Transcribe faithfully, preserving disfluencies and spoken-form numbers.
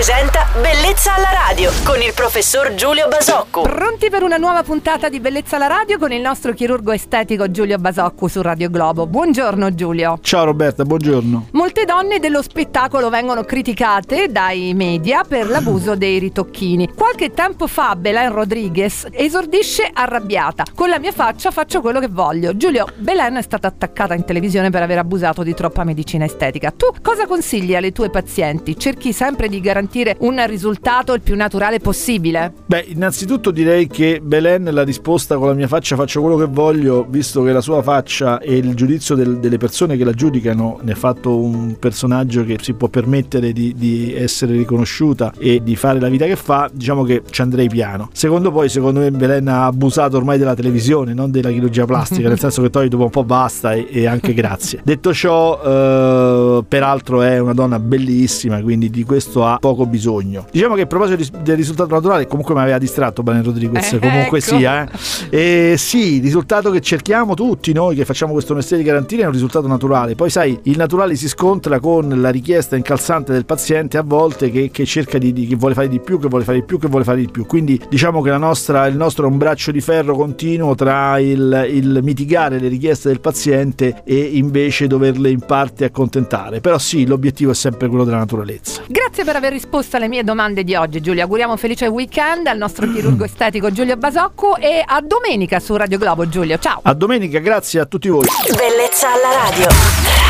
presenta Bellezza alla radio con il professor Giulio Basoccu. Pronti per una nuova puntata di Bellezza alla radio con il nostro chirurgo estetico Giulio Basoccu su Radio Globo. Buongiorno Giulio. Ciao Roberta, buongiorno. Molte donne dello spettacolo vengono criticate dai media per l'abuso dei ritocchini. Qualche tempo fa Belen Rodriguez esordisce arrabbiata: con la mia faccia faccio quello che voglio. Giulio, Belen è stata attaccata in televisione per aver abusato di troppa medicina estetica. Tu cosa consigli alle tue pazienti? Cerchi sempre di garantire un risultato il più naturale possibile? Beh, innanzitutto direi che Belen, la risposta con la mia faccia faccio quello che voglio, visto che la sua faccia e il giudizio del, delle persone che la giudicano ne ha fatto un personaggio che si può permettere di, di essere riconosciuta e di fare la vita che fa, diciamo che ci andrei piano. Secondo poi, secondo me Belen ha abusato ormai della televisione, non della chirurgia plastica, nel senso che poi dopo un po' basta e, e anche grazie. Detto ciò, eh, peraltro è una donna bellissima, quindi di questo ha poco bisogno. Diciamo che a proposito del risultato naturale, comunque mi aveva distratto Belen Rodriguez, eh, comunque ecco. sia eh. E sì, il risultato che cerchiamo tutti noi che facciamo questo mestiere di garantire è un risultato naturale. Poi sai, il naturale si scontra con la richiesta incalzante del paziente a volte che, che cerca di, di che vuole fare di più, che vuole fare di più, che vuole fare di più. Quindi diciamo che la nostra, il nostro è un braccio di ferro continuo tra il, il mitigare le richieste del paziente e invece doverle in parte accontentare. Però sì, l'obiettivo è sempre quello della naturalezza. Grazie per aver risposto alle mie domande di oggi, Giulio. Auguriamo un felice weekend al nostro chirurgo estetico Giulio Basoccu e a domenica su Radio Globo, Giulio. Ciao. A domenica, grazie a tutti voi. Bellezza alla radio.